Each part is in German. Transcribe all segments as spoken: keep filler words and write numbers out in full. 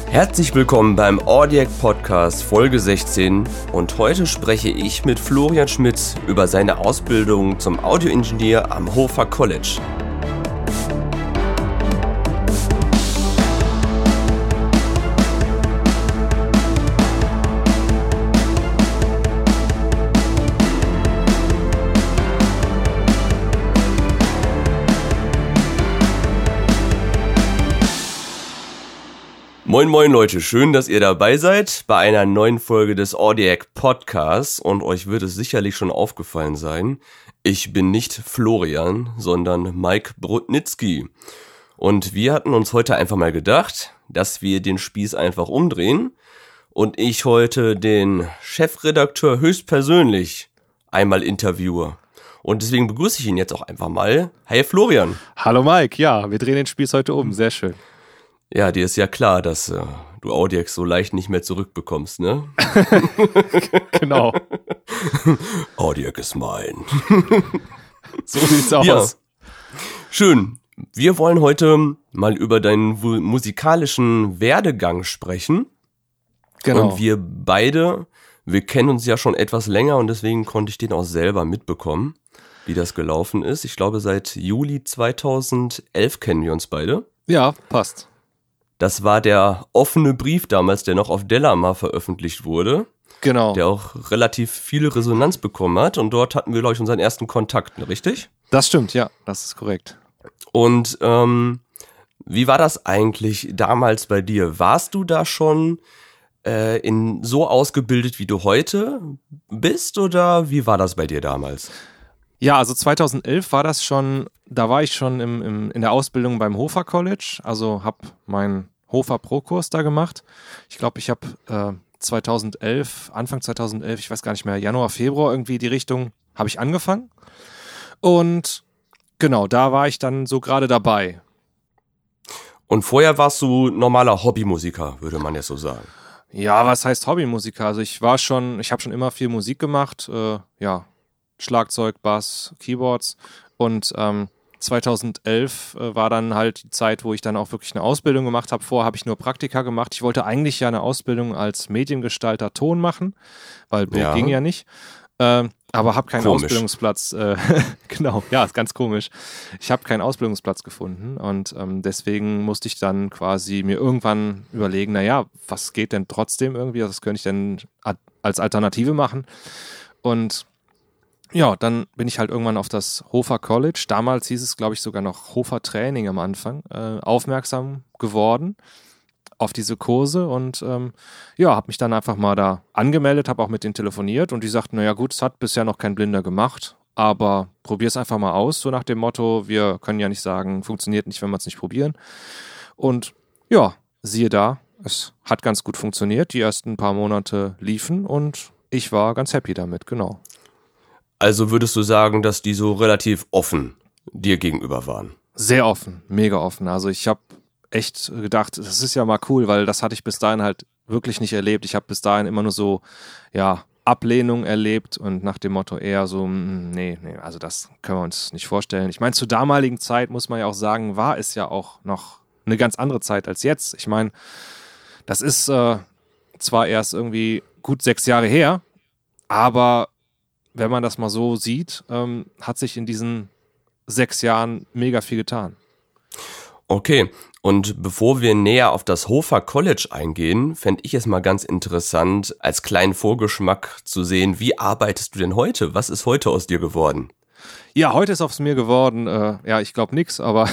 Herzlich willkommen beim Audiac Podcast Folge sechzehn und heute spreche ich mit Florian Schmidt über seine Ausbildung zum Audioingenieur am Hofer College. Moin moin Leute, schön, dass ihr dabei seid bei einer neuen Folge des Audiac Podcasts und euch wird es sicherlich schon aufgefallen sein, ich bin nicht Florian, sondern Mike Brudnitzky und wir hatten uns heute einfach mal gedacht, dass wir den Spieß einfach umdrehen und ich heute den Chefredakteur höchstpersönlich einmal interviewe. Und deswegen begrüße ich ihn jetzt auch einfach mal. Hi Florian. Hallo Mike, ja, wir drehen den Spieß heute um, sehr schön. Ja, dir ist ja klar, dass äh, du Audiac so leicht nicht mehr zurückbekommst, ne? Genau. Audiac ist mein. So sieht's aus. Ja. Schön. Wir wollen heute mal über deinen wu- musikalischen Werdegang sprechen. Genau. Und wir beide, wir kennen uns ja schon etwas länger und deswegen konnte ich den auch selber mitbekommen, wie das gelaufen ist. Ich glaube, seit Juli zweitausendelf kennen wir uns beide. Ja, passt. Das war der offene Brief damals, der noch auf Delamar veröffentlicht wurde. Genau. Der auch relativ viel Resonanz bekommen hat. Und dort hatten wir, glaube ich, unseren ersten Kontakt, richtig? Das stimmt, ja, das ist korrekt. Und ähm, wie war das eigentlich damals bei dir? Warst du da schon äh, in so ausgebildet, wie du heute bist? Oder wie war das bei dir damals? Ja, also zweitausendelf war das schon, da war ich schon im, im, in der Ausbildung beim Hofer College, also habe meinen Hofer Pro-Kurs da gemacht. Ich glaube, ich habe äh, zweitausendelf, Anfang zweitausendelf, ich weiß gar nicht mehr, Januar, Februar irgendwie die Richtung, habe ich angefangen. Und genau, da war ich dann so gerade dabei. Und vorher warst du normaler Hobbymusiker, würde man jetzt so sagen. Ja, was heißt Hobbymusiker? Also ich war schon, ich habe schon immer viel Musik gemacht, äh, ja, Schlagzeug, Bass, Keyboards und ähm, zweitausendelf äh, war dann halt die Zeit, wo ich dann auch wirklich eine Ausbildung gemacht habe. Vorher habe ich nur Praktika gemacht. Ich wollte eigentlich ja eine Ausbildung als Mediengestalter Ton machen, weil Bild Ja. ging ja nicht, äh, aber habe keinen Komisch. Ausbildungsplatz. Äh, genau, ja, ist ganz komisch. Ich habe keinen Ausbildungsplatz gefunden und ähm, deswegen musste ich dann quasi mir irgendwann überlegen, naja, was geht denn trotzdem irgendwie, was könnte ich denn ad- als Alternative machen? Und ja, dann bin ich halt irgendwann auf das Hofer College, damals hieß es, glaube ich, sogar noch Hofer Training am Anfang, äh, aufmerksam geworden auf diese Kurse und ähm, ja, habe mich dann einfach mal da angemeldet, habe auch mit denen telefoniert und die sagten, naja gut, es hat bisher noch kein Blinder gemacht, aber probier's einfach mal aus, so nach dem Motto, wir können ja nicht sagen, funktioniert nicht, wenn wir es nicht probieren. Und ja, siehe da, es hat ganz gut funktioniert, die ersten paar Monate liefen und ich war ganz happy damit, genau. Also würdest du sagen, dass die so relativ offen dir gegenüber waren? Sehr offen, mega offen. Also ich habe echt gedacht, das ist ja mal cool, weil das hatte ich bis dahin halt wirklich nicht erlebt. Ich habe bis dahin immer nur so, ja, Ablehnung erlebt und nach dem Motto eher so, mm, nee, nee, also das können wir uns nicht vorstellen. Ich meine, zur damaligen Zeit, muss man ja auch sagen, war es ja auch noch eine ganz andere Zeit als jetzt. Ich meine, das ist äh, zwar erst irgendwie gut sechs Jahre her, aber wenn man das mal so sieht, ähm, hat sich in diesen sechs Jahren mega viel getan. Okay, und bevor wir näher auf das Hofer College eingehen, fände ich es mal ganz interessant, als kleinen Vorgeschmack zu sehen, wie arbeitest du denn heute? Was ist heute aus dir geworden? Ja, heute ist aus mir geworden, äh, ja, ich glaube nix, aber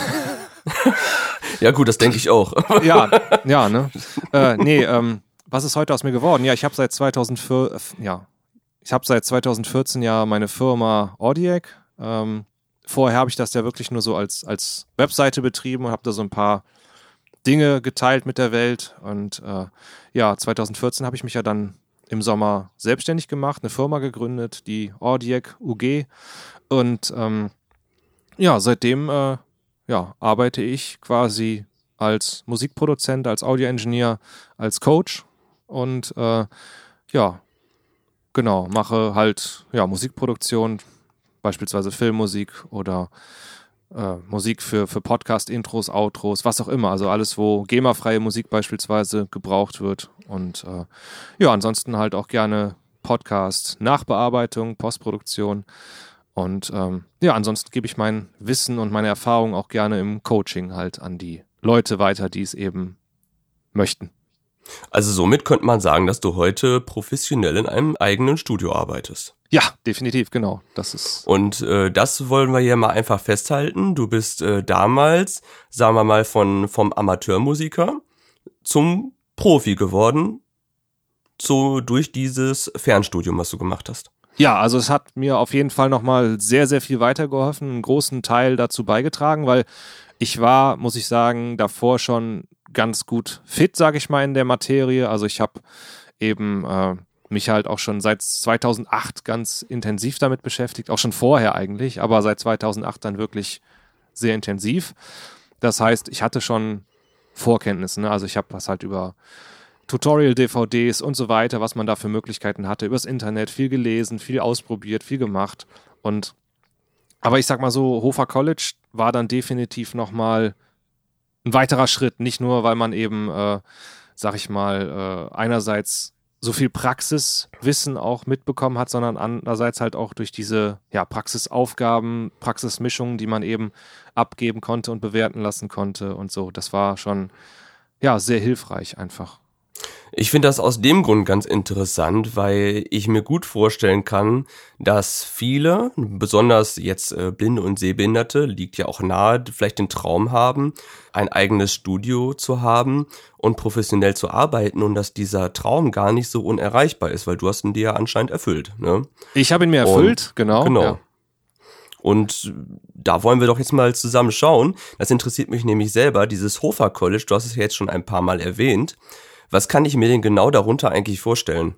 Ja gut, das denke ich auch. ja, ja, ne? Äh, nee, ähm, was ist heute aus mir geworden? Ja, ich habe seit zweitausendvier, ja, ich habe seit zweitausendvierzehn ja meine Firma Audiac. Ähm, vorher habe ich das ja wirklich nur so als, als Webseite betrieben und habe da so ein paar Dinge geteilt mit der Welt. Und äh, ja, zweitausendvierzehn habe ich mich ja dann im Sommer selbstständig gemacht, eine Firma gegründet, die Audiac U G. Und ähm, ja, seitdem äh, ja, arbeite ich quasi als Musikproduzent, als Audioingenieur, als Coach und äh, ja, genau, mache halt ja Musikproduktion, beispielsweise Filmmusik oder äh, Musik für, für Podcast-Intros, Outros, was auch immer. Also alles, wo GEMA-freie Musik beispielsweise gebraucht wird. Und äh, ja, ansonsten halt auch gerne Podcast, Nachbearbeitung, Postproduktion. Und ähm, ja, ansonsten gebe ich mein Wissen und meine Erfahrung auch gerne im Coaching halt an die Leute weiter, die es eben möchten. Also somit könnte man sagen, dass du heute professionell in einem eigenen Studio arbeitest. Ja, definitiv, genau. Das ist Und äh, das wollen wir hier mal einfach festhalten. Du bist äh, damals, sagen wir mal, von vom Amateurmusiker zum Profi geworden, so durch dieses Fernstudium, was du gemacht hast. Ja, also es hat mir auf jeden Fall nochmal sehr, sehr viel weitergeholfen, einen großen Teil dazu beigetragen, weil ich war, muss ich sagen, davor schon ganz gut fit, sage ich mal, in der Materie. Also ich habe eben äh, mich halt auch schon seit zweitausendacht ganz intensiv damit beschäftigt, auch schon vorher eigentlich, aber seit zweitausendacht dann wirklich sehr intensiv. Das heißt, ich hatte schon Vorkenntnisse, ne? Also ich habe was halt über Tutorial-D V Ds und so weiter, was man da für Möglichkeiten hatte, übers Internet, viel gelesen, viel ausprobiert, viel gemacht. Und aber ich sag mal so, Hofer College war dann definitiv nochmal ein weiterer Schritt, nicht nur, weil man eben, äh, sag ich mal, äh, einerseits so viel Praxiswissen auch mitbekommen hat, sondern andererseits halt auch durch diese ja, Praxisaufgaben, Praxismischungen, die man eben abgeben konnte und bewerten lassen konnte und so. Das war schon ja sehr hilfreich einfach. Ich finde das aus dem Grund ganz interessant, weil ich mir gut vorstellen kann, dass viele, besonders jetzt äh, Blinde und Sehbehinderte, liegt ja auch nahe, vielleicht den Traum haben, ein eigenes Studio zu haben und professionell zu arbeiten und dass dieser Traum gar nicht so unerreichbar ist, weil du hast ihn dir ja anscheinend erfüllt. Ne? Ich habe ihn mir erfüllt, und, genau. Genau. Ja. Und da wollen wir doch jetzt mal zusammen schauen. Das interessiert mich nämlich selber, dieses Hofer College, du hast es ja jetzt schon ein paar Mal erwähnt. Was kann ich mir denn genau darunter eigentlich vorstellen?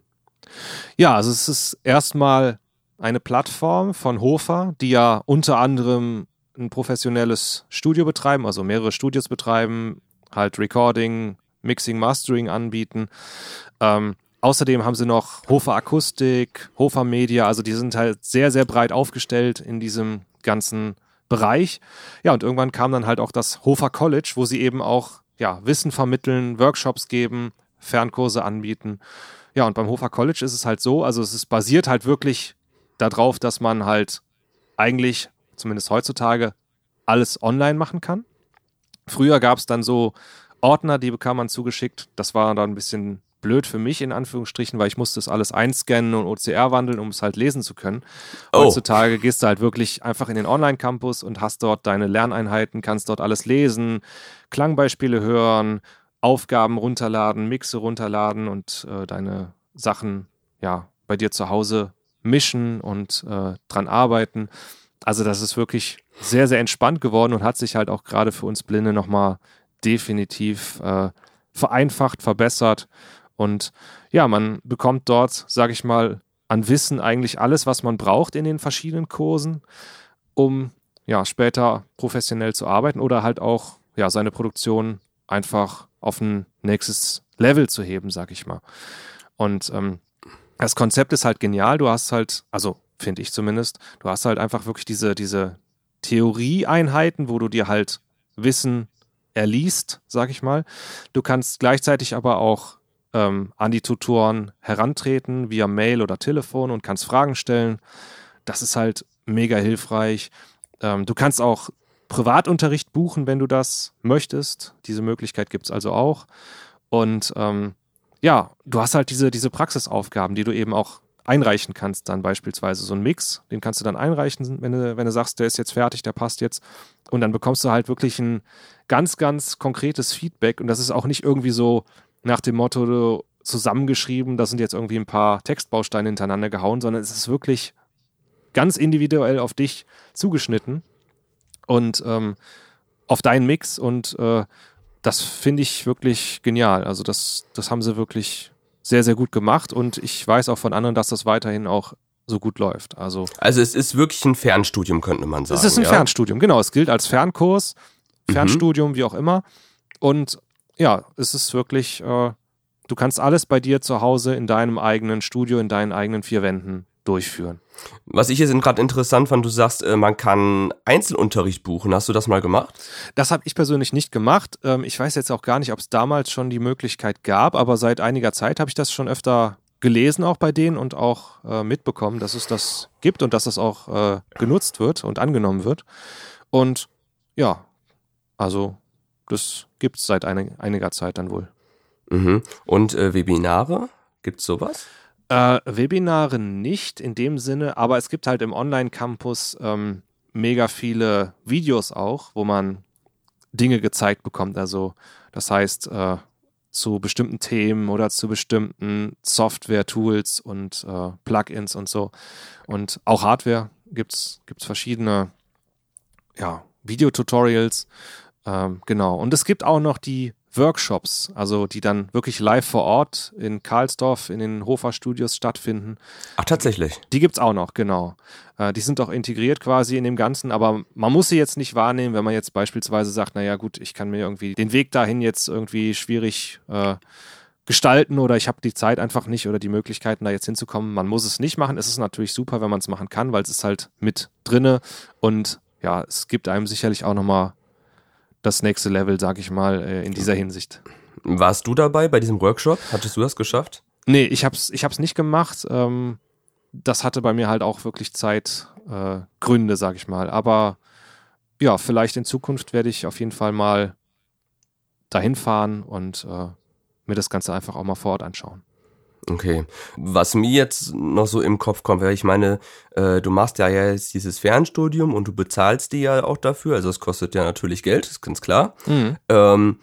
Ja, also es ist erstmal eine Plattform von Hofer, die ja unter anderem ein professionelles Studio betreiben, also mehrere Studios betreiben, halt Recording, Mixing, Mastering anbieten. Ähm, außerdem haben sie noch Hofer Akustik, Hofer Media, also die sind halt sehr, sehr breit aufgestellt in diesem ganzen Bereich. Ja, und irgendwann kam dann halt auch das Hofer College, wo sie eben auch ja, Wissen vermitteln, Workshops geben, Fernkurse anbieten. Ja, und beim Hofer College ist es halt so, also es ist basiert halt wirklich darauf, dass man halt eigentlich, zumindest heutzutage, alles online machen kann. Früher gab es dann so Ordner, die bekam man zugeschickt. Das war dann ein bisschen blöd für mich, in Anführungsstrichen, weil ich musste das alles einscannen und O C R wandeln, um es halt lesen zu können. Oh. Heutzutage gehst du halt wirklich einfach in den Online-Campus und hast dort deine Lerneinheiten, kannst dort alles lesen, Klangbeispiele hören, Aufgaben runterladen, Mixe runterladen und äh, deine Sachen ja bei dir zu Hause mischen und äh, dran arbeiten. Also das ist wirklich sehr, sehr entspannt geworden und hat sich halt auch gerade für uns Blinde nochmal definitiv äh, vereinfacht, verbessert. Und ja, man bekommt dort, sage ich mal, an Wissen eigentlich alles, was man braucht in den verschiedenen Kursen, um ja später professionell zu arbeiten oder halt auch ja seine Produktion einfach auf ein nächstes Level zu heben, sag ich mal. Und ähm, das Konzept ist halt genial. Du hast halt, also finde ich zumindest, du hast halt einfach wirklich diese, diese Theorieeinheiten, wo du dir halt Wissen erliest, sag ich mal. Du kannst gleichzeitig aber auch ähm, an die Tutoren herantreten via Mail oder Telefon und kannst Fragen stellen. Das ist halt mega hilfreich. Ähm, du kannst auch Privatunterricht buchen, wenn du das möchtest. Diese Möglichkeit gibt es also auch. Und ähm, ja, du hast halt diese, diese Praxisaufgaben, die du eben auch einreichen kannst, dann beispielsweise so ein Mix, den kannst du dann einreichen, wenn du, wenn du sagst, der ist jetzt fertig, der passt jetzt. Und dann bekommst du halt wirklich ein ganz, ganz konkretes Feedback. Und das ist auch nicht irgendwie so nach dem Motto zusammengeschrieben, das sind jetzt irgendwie ein paar Textbausteine hintereinander gehauen, sondern es ist wirklich ganz individuell auf dich zugeschnitten. Und ähm, auf deinen Mix und äh, das finde ich wirklich genial. Also das, das haben sie wirklich sehr, sehr gut gemacht und ich weiß auch von anderen, dass das weiterhin auch so gut läuft. Also, also es ist wirklich ein Fernstudium, könnte man sagen. Es ist ein ja? Fernstudium, genau. Es gilt als Fernkurs, Fernstudium, mhm. wie auch immer. Und ja, es ist wirklich, äh, du kannst alles bei dir zu Hause in deinem eigenen Studio, in deinen eigenen vier Wänden durchführen. Was ich jetzt gerade interessant fand, du sagst, man kann Einzelunterricht buchen. Hast du das mal gemacht? Das habe ich persönlich nicht gemacht. Ich weiß jetzt auch gar nicht, ob es damals schon die Möglichkeit gab, aber seit einiger Zeit habe ich das schon öfter gelesen auch bei denen und auch äh, mitbekommen, dass es das gibt und dass das auch äh, genutzt wird und angenommen wird. Und ja, also das gibt es seit einig, einiger Zeit dann wohl. Mhm. Und äh, Webinare? Gibt es sowas? Äh, Webinare nicht in dem Sinne, aber es gibt halt im Online-Campus ähm, mega viele Videos auch, wo man Dinge gezeigt bekommt. Also das heißt, äh, zu bestimmten Themen oder zu bestimmten Software-Tools und äh, Plugins und so. Und auch Hardware gibt es verschiedene ja, Videotutorials. Ähm, genau. Und es gibt auch noch die Workshops, also die dann wirklich live vor Ort in Karlsdorf in den Hofer-Studios stattfinden. Ach, tatsächlich? Die gibt's auch noch, genau. Äh, die sind auch integriert quasi in dem Ganzen, aber man muss sie jetzt nicht wahrnehmen, wenn man jetzt beispielsweise sagt, naja gut, ich kann mir irgendwie den Weg dahin jetzt irgendwie schwierig äh, gestalten oder ich habe die Zeit einfach nicht oder die Möglichkeiten, da jetzt hinzukommen. Man muss es nicht machen. Es ist natürlich super, wenn man es machen kann, weil es ist halt mit drinne und ja, es gibt einem sicherlich auch nochmal das nächste Level, sag ich mal, in dieser Hinsicht. Warst du dabei bei diesem Workshop? Hattest du das geschafft? Nee, ich hab's, ich hab's nicht gemacht. Ähm, das hatte bei mir halt auch wirklich Zeitgründe, äh, Gründe, sag ich mal. Aber ja, vielleicht in Zukunft werde ich auf jeden Fall mal dahin fahren und äh, mir das Ganze einfach auch mal vor Ort anschauen. Okay. Was mir jetzt noch so im Kopf kommt, weil ich meine, äh, du machst ja jetzt dieses Fernstudium und du bezahlst die ja auch dafür, also es kostet ja natürlich Geld, ist ganz klar. Mhm. Ähm,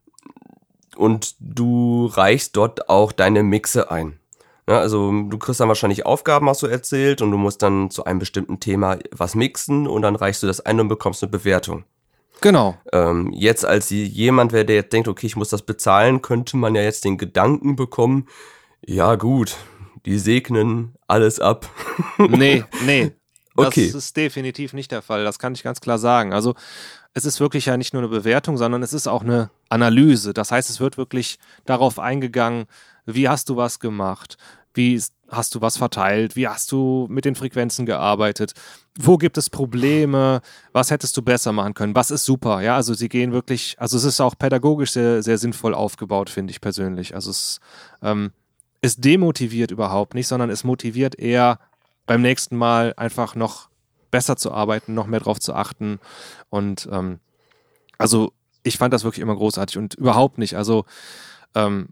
und du reichst dort auch deine Mixe ein. Ja, also du kriegst dann wahrscheinlich Aufgaben, hast du erzählt, und du musst dann zu einem bestimmten Thema was mixen und dann reichst du das ein und bekommst eine Bewertung. Genau. Ähm, jetzt als jemand, wer der jetzt denkt, okay, ich muss das bezahlen, könnte man ja jetzt den Gedanken bekommen, ja gut, die segnen alles ab. Nee, nee. Das Okay. ist definitiv nicht der Fall. Das kann ich ganz klar sagen. Also es ist wirklich ja nicht nur eine Bewertung, sondern es ist auch eine Analyse. Das heißt, es wird wirklich darauf eingegangen, wie hast du was gemacht? Wie hast du was verteilt? Wie hast du mit den Frequenzen gearbeitet? Wo gibt es Probleme? Was hättest du besser machen können? Was ist super? Ja, also sie gehen wirklich, also es ist auch pädagogisch sehr, sehr sinnvoll aufgebaut, finde ich persönlich. Also es, ähm, es demotiviert überhaupt nicht, sondern es motiviert eher beim nächsten Mal einfach noch besser zu arbeiten, noch mehr drauf zu achten. Und ähm, also ich fand das wirklich immer großartig und überhaupt nicht. Also ähm,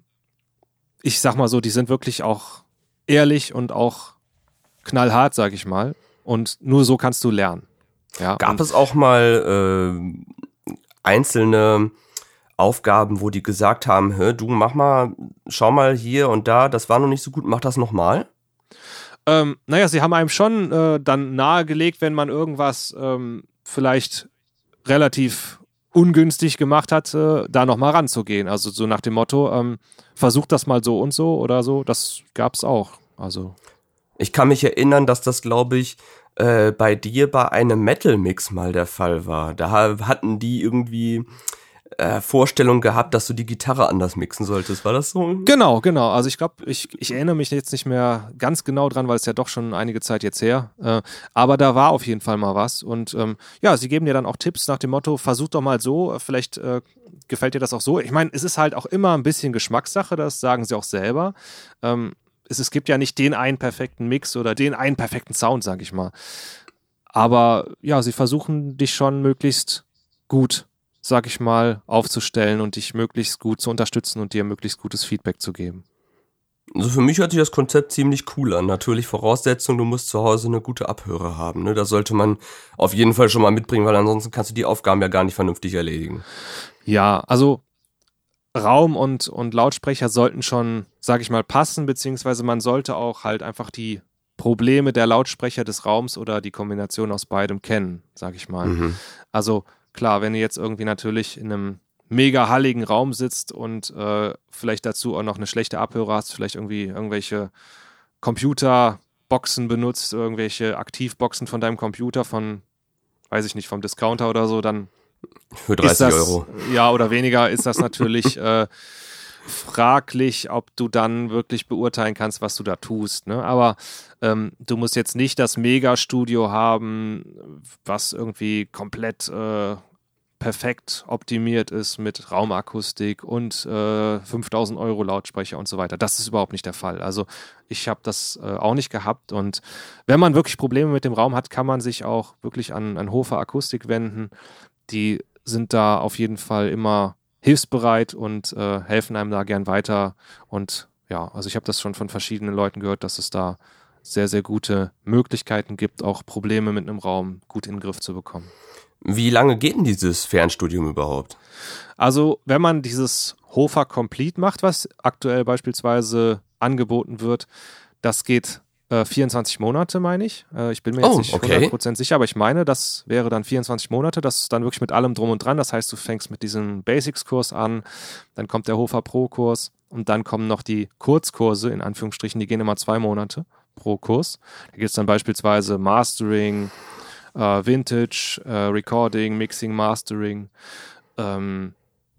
ich sag mal so, die sind wirklich auch ehrlich und auch knallhart, sag ich mal. Und nur so kannst du lernen. Ja, Gab es auch mal äh, einzelne Aufgaben, wo die gesagt haben, hör, du mach mal, schau mal hier und da, das war noch nicht so gut, mach das nochmal? Ähm, naja, sie haben einem schon äh, dann nahegelegt, wenn man irgendwas ähm, vielleicht relativ ungünstig gemacht hat, äh, da nochmal ranzugehen. Also so nach dem Motto, ähm, versucht das mal so und so oder so, das gab's auch. Also ich kann mich erinnern, dass das, glaube ich, äh, bei dir bei einem Metal-Mix mal der Fall war. Da hatten die irgendwie äh, Vorstellung gehabt, dass du die Gitarre anders mixen solltest. War das so? Genau, genau. Also ich glaube, ich, ich erinnere mich jetzt nicht mehr ganz genau dran, weil es ja doch schon einige Zeit jetzt her. Äh, aber da war auf jeden Fall mal was. Und ähm, ja, sie geben dir dann auch Tipps nach dem Motto, versuch doch mal so, vielleicht äh, gefällt dir das auch so. Ich meine, es ist halt auch immer ein bisschen Geschmackssache, das sagen sie auch selber. Ähm, es, es gibt ja nicht den einen perfekten Mix oder den einen perfekten Sound, sag ich mal. Aber ja, sie versuchen dich schon möglichst gut, sag ich mal, aufzustellen und dich möglichst gut zu unterstützen und dir möglichst gutes Feedback zu geben. Also für mich hört sich das Konzept ziemlich cool an. Natürlich Voraussetzung, du musst zu Hause eine gute Abhöre haben. Ne? Das sollte man auf jeden Fall schon mal mitbringen, weil ansonsten kannst du die Aufgaben ja gar nicht vernünftig erledigen. Ja, also Raum und, und Lautsprecher sollten schon, sag ich mal, passen, beziehungsweise man sollte auch halt einfach die Probleme der Lautsprecher des Raums oder die Kombination aus beidem kennen, sag ich mal. Mhm. Also klar, wenn du jetzt irgendwie natürlich in einem mega halligen Raum sitzt und äh, vielleicht dazu auch noch eine schlechte Abhörer hast, vielleicht irgendwie irgendwelche Computerboxen benutzt, irgendwelche Aktivboxen von deinem Computer von, weiß ich nicht, vom Discounter oder so, dann für dreißig ist das, Euro. Ja, oder weniger ist das natürlich äh, fraglich, ob du dann wirklich beurteilen kannst, was du da tust. Ne? Aber ähm, du musst jetzt nicht das Megastudio haben, was irgendwie komplett äh, perfekt optimiert ist mit Raumakustik und äh, fünftausend Euro Lautsprecher und so weiter. Das ist überhaupt nicht der Fall. Also ich habe das äh, auch nicht gehabt. Und wenn man wirklich Probleme mit dem Raum hat, kann man sich auch wirklich an, an Hofer Akustik wenden. Die sind da auf jeden Fall immer hilfsbereit und äh, helfen einem da gern weiter. Und ja, also ich habe das schon von verschiedenen Leuten gehört, dass es da sehr, sehr gute Möglichkeiten gibt, auch Probleme mit einem Raum gut in den Griff zu bekommen. Wie lange geht denn dieses Fernstudium überhaupt? Also wenn man dieses Hofer Complete macht, was aktuell beispielsweise angeboten wird, das geht äh, vierundzwanzig Monate, meine ich. Äh, ich bin mir jetzt Oh, nicht okay. hundert Prozent sicher, aber ich meine, das wäre dann vierundzwanzig Monate. Das ist dann wirklich mit allem drum und dran. Das heißt, du fängst mit diesem Basics-Kurs an, dann kommt der Hofer Pro-Kurs und dann kommen noch die Kurzkurse, in Anführungsstrichen, die gehen immer zwei Monate pro Kurs. Da gibt es dann beispielsweise Mastering, äh, Vintage, äh, Recording, Mixing, Mastering, ähm,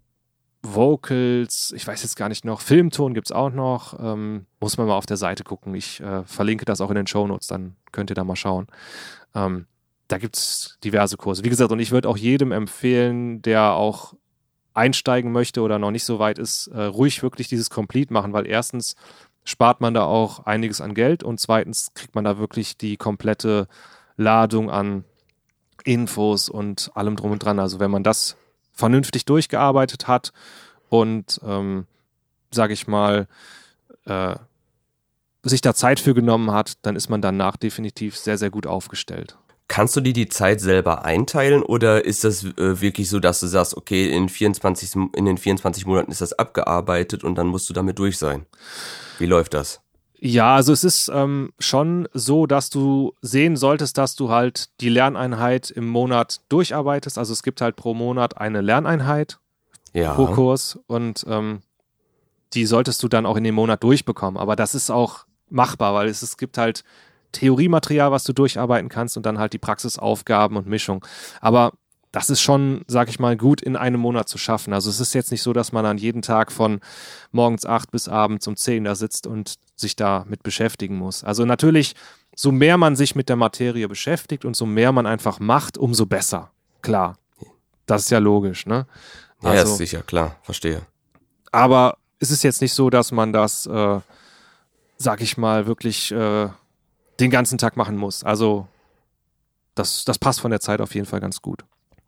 Vocals, ich weiß jetzt gar nicht noch, Filmton gibt es auch noch, ähm, muss man mal auf der Seite gucken. Ich äh, verlinke das auch in den Shownotes, dann könnt ihr da mal schauen. Ähm, da gibt es diverse Kurse. Wie gesagt, und ich würde auch jedem empfehlen, der auch einsteigen möchte oder noch nicht so weit ist, äh, ruhig wirklich dieses Complete machen, weil erstens spart man da auch einiges an Geld und zweitens kriegt man da wirklich die komplette Ladung an Infos und allem drum und dran. Also wenn man das vernünftig durchgearbeitet hat und, ähm, sage ich mal, äh, sich da Zeit für genommen hat, dann ist man danach definitiv sehr, sehr gut aufgestellt. Kannst du dir die Zeit selber einteilen oder ist das äh, wirklich so, dass du sagst, okay, in, vierundzwanzig, in den vierundzwanzig Monaten ist das abgearbeitet und dann musst du damit durch sein? Wie läuft das? Ja, also es ist ähm, schon so, dass du sehen solltest, dass du halt die Lerneinheit im Monat durcharbeitest. Also es gibt halt pro Monat eine Lerneinheit Ja. pro Kurs und ähm, die solltest du dann auch in dem Monat durchbekommen. Aber das ist auch machbar, weil es, es gibt halt Theoriematerial, was du durcharbeiten kannst und dann halt die Praxisaufgaben und Mischung. Aber das ist schon, sag ich mal, gut in einem Monat zu schaffen. Also es ist jetzt nicht so, dass man dann jeden Tag von morgens acht bis abends um zehn da sitzt und sich da mit beschäftigen muss. Also natürlich, so mehr man sich mit der Materie beschäftigt und so mehr man einfach macht, umso besser. Klar, das ist ja logisch, ne? Ja, Also, ist sicher, klar, verstehe. aber es ist jetzt nicht so, dass man das, äh, sag ich mal, wirklich äh, den ganzen Tag machen muss. Also das, das passt von der Zeit auf jeden Fall ganz gut.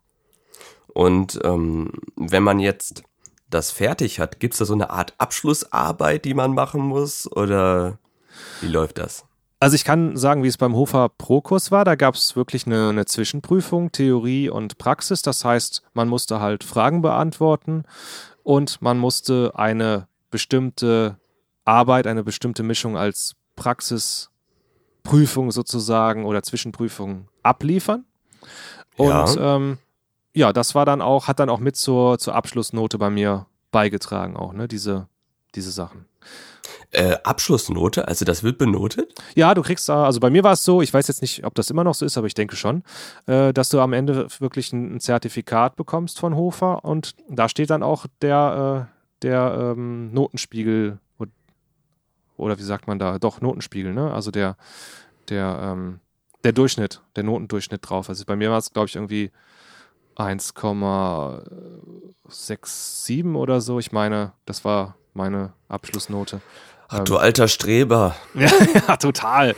Und ähm, wenn man jetzt das fertig hat, gibt es da so eine Art Abschlussarbeit, die man machen muss? Oder wie läuft das? Also ich kann sagen, wie es beim Hofer Pro-Kurs war. Da gab es wirklich eine, eine Zwischenprüfung, Theorie und Praxis. Das heißt, man musste halt Fragen beantworten und man musste eine bestimmte Arbeit, eine bestimmte Mischung als Praxisprüfung sozusagen oder Zwischenprüfung abliefern. Und Ja. ähm, ja, das war dann auch, hat dann auch mit zur, zur Abschlussnote bei mir beigetragen, auch, ne, diese, diese Sachen. Äh, Abschlussnote, also das wird benotet? Ja, du kriegst da, also bei mir war es so, ich weiß jetzt nicht, ob das immer noch so ist, aber ich denke schon, äh, dass du am Ende wirklich ein, ein Zertifikat bekommst von Hofer und da steht dann auch der, äh, der ähm, Notenspiegel oder, oder wie sagt man da, doch Notenspiegel, ne? Also der, der, ähm, der Durchschnitt, der Notendurchschnitt drauf. Also bei mir war es, glaube ich, irgendwie eins Komma sechs sieben oder so. Ich meine, das war meine Abschlussnote. Ach du alter Streber. Ja, ja, total.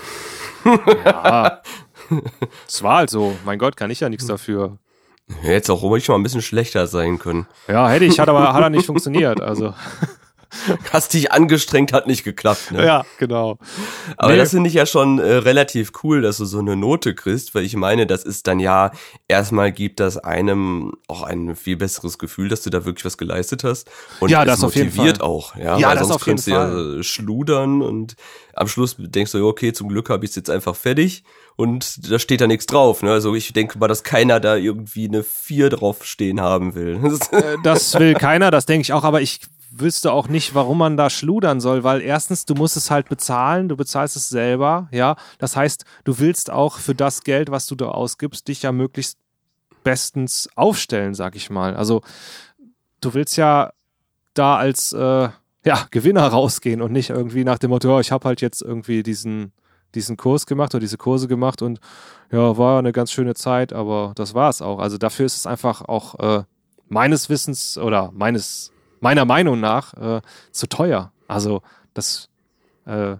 Ja. Es war halt so. Mein Gott, kann ich ja nichts dafür. Hätte auch ruhig mal ein bisschen schlechter sein können. Ja, hätte ich, hat aber hat er nicht funktioniert. Also. Hast dich angestrengt, hat nicht geklappt. Ne? Ja, genau. Aber Nee. das finde ich ja schon äh, relativ cool, dass du so eine Note kriegst, weil ich meine, das ist dann ja, erstmal gibt das einem auch ein viel besseres Gefühl, dass du da wirklich was geleistet hast. Und Ja, es das auf jeden motiviert Fall. auch. Ja, Ja, weil das sonst auf jeden könntest du ja äh, schludern und am Schluss denkst du, okay, zum Glück habe ich es jetzt einfach fertig und da steht da nichts drauf. Ne? Also ich denke mal, dass keiner da irgendwie eine vier drauf stehen haben will. Äh, Das will keiner, das denke ich auch, aber ich wüsste auch nicht, warum man da schludern soll, weil erstens, du musst es halt bezahlen, du bezahlst es selber, ja. Das heißt, du willst auch für das Geld, was du da ausgibst, dich ja möglichst bestens aufstellen, sag ich mal. Also du willst ja da als, äh, ja, Gewinner rausgehen und nicht irgendwie nach dem Motto, ja, ich habe halt jetzt irgendwie diesen, diesen Kurs gemacht oder diese Kurse gemacht und ja, war eine ganz schöne Zeit, aber das war es auch. Also dafür ist es einfach auch äh, meines Wissens oder meines, meiner Meinung nach äh, zu teuer. Also das äh,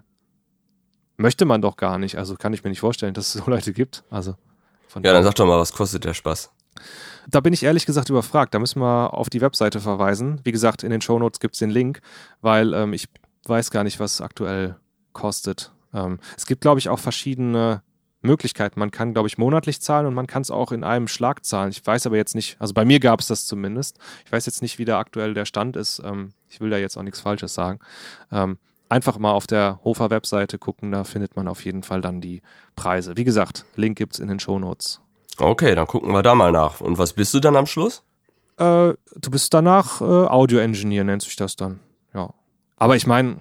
möchte man doch gar nicht. Also kann ich mir nicht vorstellen, dass es so Leute gibt. Also von Ja, dann sag doch mal, was kostet der Spaß? Da bin ich ehrlich gesagt überfragt. Da müssen wir auf die Webseite verweisen. Wie gesagt, in den Shownotes gibt es den Link, weil ähm, ich weiß gar nicht, was es aktuell kostet. Ähm, es gibt, glaube ich, auch verschiedene Möglichkeiten. Man kann, glaube ich, monatlich zahlen und man kann es auch in einem Schlag zahlen. Ich weiß aber jetzt nicht, also bei mir gab es das zumindest. Ich weiß jetzt nicht, wie da aktuell der Stand ist. Ähm, ich will da jetzt auch nichts Falsches sagen. Ähm, einfach mal auf der Hofer-Webseite gucken, da findet man auf jeden Fall dann die Preise. Wie gesagt, Link gibt es in den Shownotes. Okay, dann gucken wir da mal nach. Und was bist du dann am Schluss? Äh, du bist danach äh, Audio-Engineer, nennt sich das dann. Ja. Aber ich meine,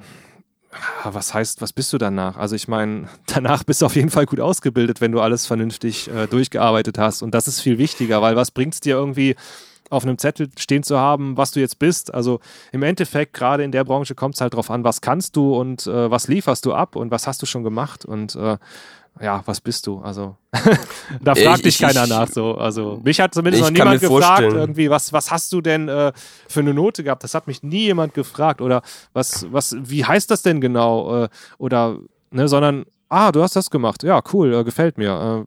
was heißt, was bist du danach? Also ich meine, danach bist du auf jeden Fall gut ausgebildet, wenn du alles vernünftig äh, durchgearbeitet hast. Und das ist viel wichtiger, weil was bringt es dir irgendwie auf einem Zettel stehen zu haben, was du jetzt bist? Also im Endeffekt, gerade in der Branche kommt es halt drauf an, was kannst du und äh, was lieferst du ab und was hast du schon gemacht und äh, ja, was bist du? Also da fragt ich, dich keiner ich, nach so. Also mich hat zumindest noch niemand gefragt, vorstellen. irgendwie, was, was hast du denn äh, für eine Note gehabt? Das hat mich nie jemand gefragt. Oder was, was, wie heißt das denn genau? Äh, oder, ne, sondern, ah, du hast das gemacht. Ja, cool, äh, gefällt mir. Äh,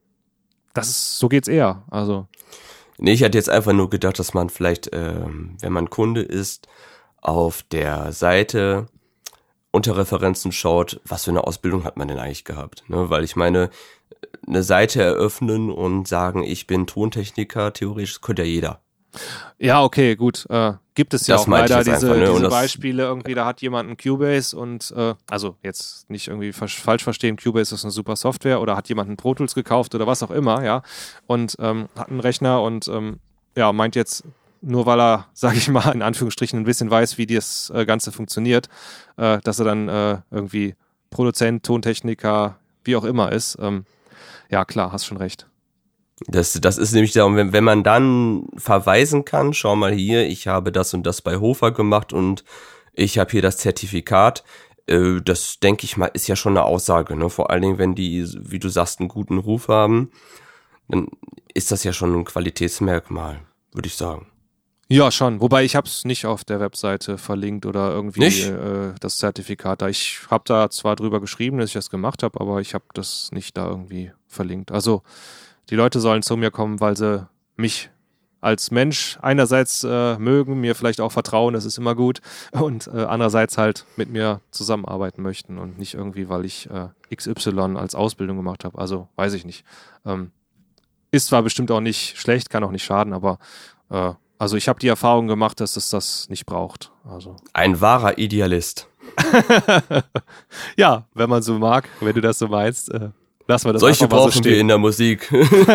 das ist, so geht's eher. Also. Nee, ich hatte jetzt einfach nur gedacht, dass man vielleicht, ähm, wenn man Kunde ist, auf der Seite unter Referenzen schaut, was für eine Ausbildung hat man denn eigentlich gehabt, ne? Weil ich meine, eine Seite eröffnen und sagen, ich bin Tontechniker, theoretisch könnte ja jeder. Ja, okay, gut. Äh, gibt es ja Das auch meinte ich leider jetzt diese, einfach, ne? Und diese das- Beispiele, irgendwie, da hat jemand einen Cubase und, äh, also jetzt nicht irgendwie fas- falsch verstehen, Cubase ist eine super Software oder hat jemand einen Pro Tools gekauft oder was auch immer, ja, und ähm, hat einen Rechner und ähm, ja, meint jetzt, nur weil er, sage ich mal, in Anführungsstrichen ein bisschen weiß, wie das äh, Ganze funktioniert, äh, dass er dann äh, irgendwie Produzent, Tontechniker, wie auch immer ist. Ähm, ja, klar, hast schon recht. Das, das ist nämlich darum, wenn, wenn man dann verweisen kann, schau mal hier, ich habe das und das bei Hofer gemacht und ich habe hier das Zertifikat, äh, das denke ich mal, ist ja schon eine Aussage, ne? Vor allen Dingen, wenn die, wie du sagst, einen guten Ruf haben, dann ist das ja schon ein Qualitätsmerkmal, würde ich sagen. Ja, schon. Wobei ich habe es nicht auf der Webseite verlinkt oder irgendwie Nicht? äh, das Zertifikat da. Ich habe da zwar drüber geschrieben, dass ich das gemacht habe, aber ich habe das nicht da irgendwie verlinkt. Also die Leute sollen zu mir kommen, weil sie mich als Mensch einerseits äh, mögen, mir vielleicht auch vertrauen, das ist immer gut, und äh, andererseits halt mit mir zusammenarbeiten möchten und nicht irgendwie, weil ich äh, X Y als Ausbildung gemacht habe. Also weiß ich nicht. Ähm, ist zwar bestimmt auch nicht schlecht, kann auch nicht schaden, aber äh, also ich habe die Erfahrung gemacht, dass es das nicht braucht. Also Ein wahrer Idealist. ja, wenn man so mag, wenn du das so meinst, äh, lassen wir das Solche einfach mal so brauchen wir stehen. in der Musik.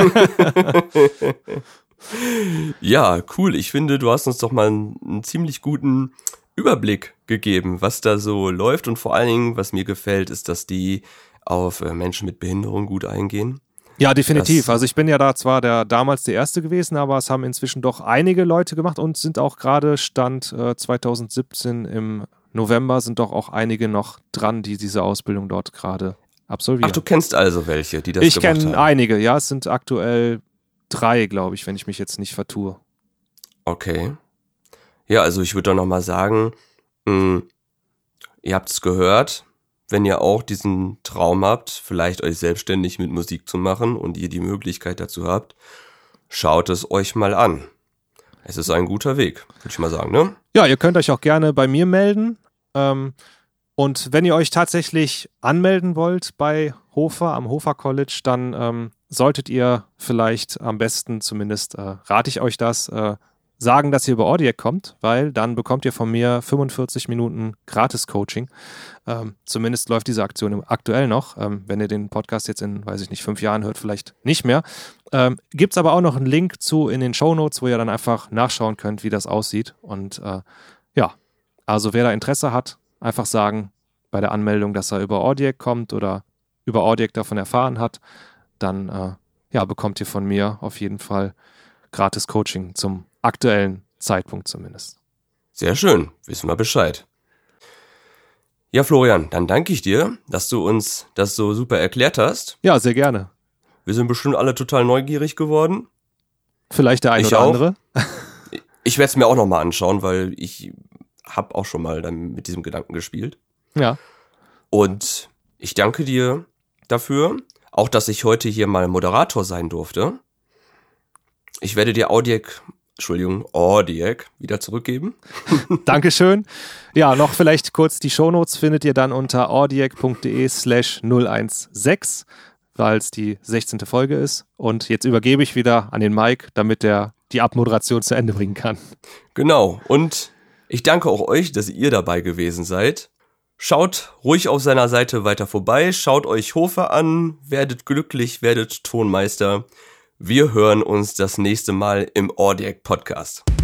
Ja, cool. Ich finde, du hast uns doch mal einen, einen ziemlich guten Überblick gegeben, was da so läuft. Und vor allen Dingen, was mir gefällt, ist, dass die auf äh, Menschen mit Behinderung gut eingehen. Ja, definitiv. Das- Also ich bin ja da zwar der damals der Erste gewesen, aber es haben inzwischen doch einige Leute gemacht und sind auch gerade Stand äh, zwanzig siebzehn im November sind doch auch einige noch dran, die diese Ausbildung dort gerade absolvieren. Ach, du kennst also welche, die das ich gemacht kenne haben. einige, ja, es sind aktuell drei, glaube ich, wenn ich mich jetzt nicht vertue. Okay. Ja, also ich würde doch noch mal sagen, mh, ihr habt es gehört, wenn ihr auch diesen Traum habt, vielleicht euch selbstständig mit Musik zu machen und ihr die Möglichkeit dazu habt, schaut es euch mal an. Es ist ein guter Weg, würde ich mal sagen, ne? Ja, ihr könnt euch auch gerne bei mir melden. Ähm, und wenn ihr euch tatsächlich anmelden wollt bei Hofer, am Hofer College, dann ähm, solltet ihr vielleicht am besten, zumindest äh, rate ich euch das, äh, sagen, dass ihr über Audiac kommt, weil dann bekommt ihr von mir fünfundvierzig Minuten Gratis-Coaching. Ähm, zumindest läuft diese Aktion aktuell noch. Ähm, wenn ihr den Podcast jetzt in, weiß ich nicht, fünf Jahren hört, vielleicht nicht mehr. Ähm, Gibt es aber auch noch einen Link zu in den Shownotes, wo ihr dann einfach nachschauen könnt, wie das aussieht. Und äh, ja, also wer da Interesse hat, einfach sagen bei der Anmeldung, dass er über Audiac kommt oder über Audiac davon erfahren hat, dann äh, ja, bekommt ihr von mir auf jeden Fall Gratis-Coaching zum aktuellen Zeitpunkt zumindest. Sehr schön, wissen wir Bescheid. Ja, Florian, dann danke ich dir, dass du uns das so super erklärt hast. Ja, sehr gerne. Wir sind bestimmt alle total neugierig geworden. Vielleicht der ein ich oder auch. andere. Ich werde es mir auch nochmal anschauen, weil ich habe auch schon mal dann mit diesem Gedanken gespielt. Ja. Und ich danke dir dafür, auch dass ich heute hier mal Moderator sein durfte. Ich werde dir Audiac, Entschuldigung, Audiac wieder zurückgeben. Dankeschön. Ja, noch vielleicht kurz die Shownotes findet ihr dann unter audiac.de slash null eins sechs, weil es die sechzehnte Folge ist. Und jetzt übergebe ich wieder an den Mike, damit er die Abmoderation zu Ende bringen kann. Genau. Und ich danke auch euch, dass ihr dabei gewesen seid. Schaut ruhig auf seiner Seite weiter vorbei, schaut euch Hofer an, werdet glücklich, werdet Tonmeister. Wir hören uns das nächste Mal im Audiac Podcast.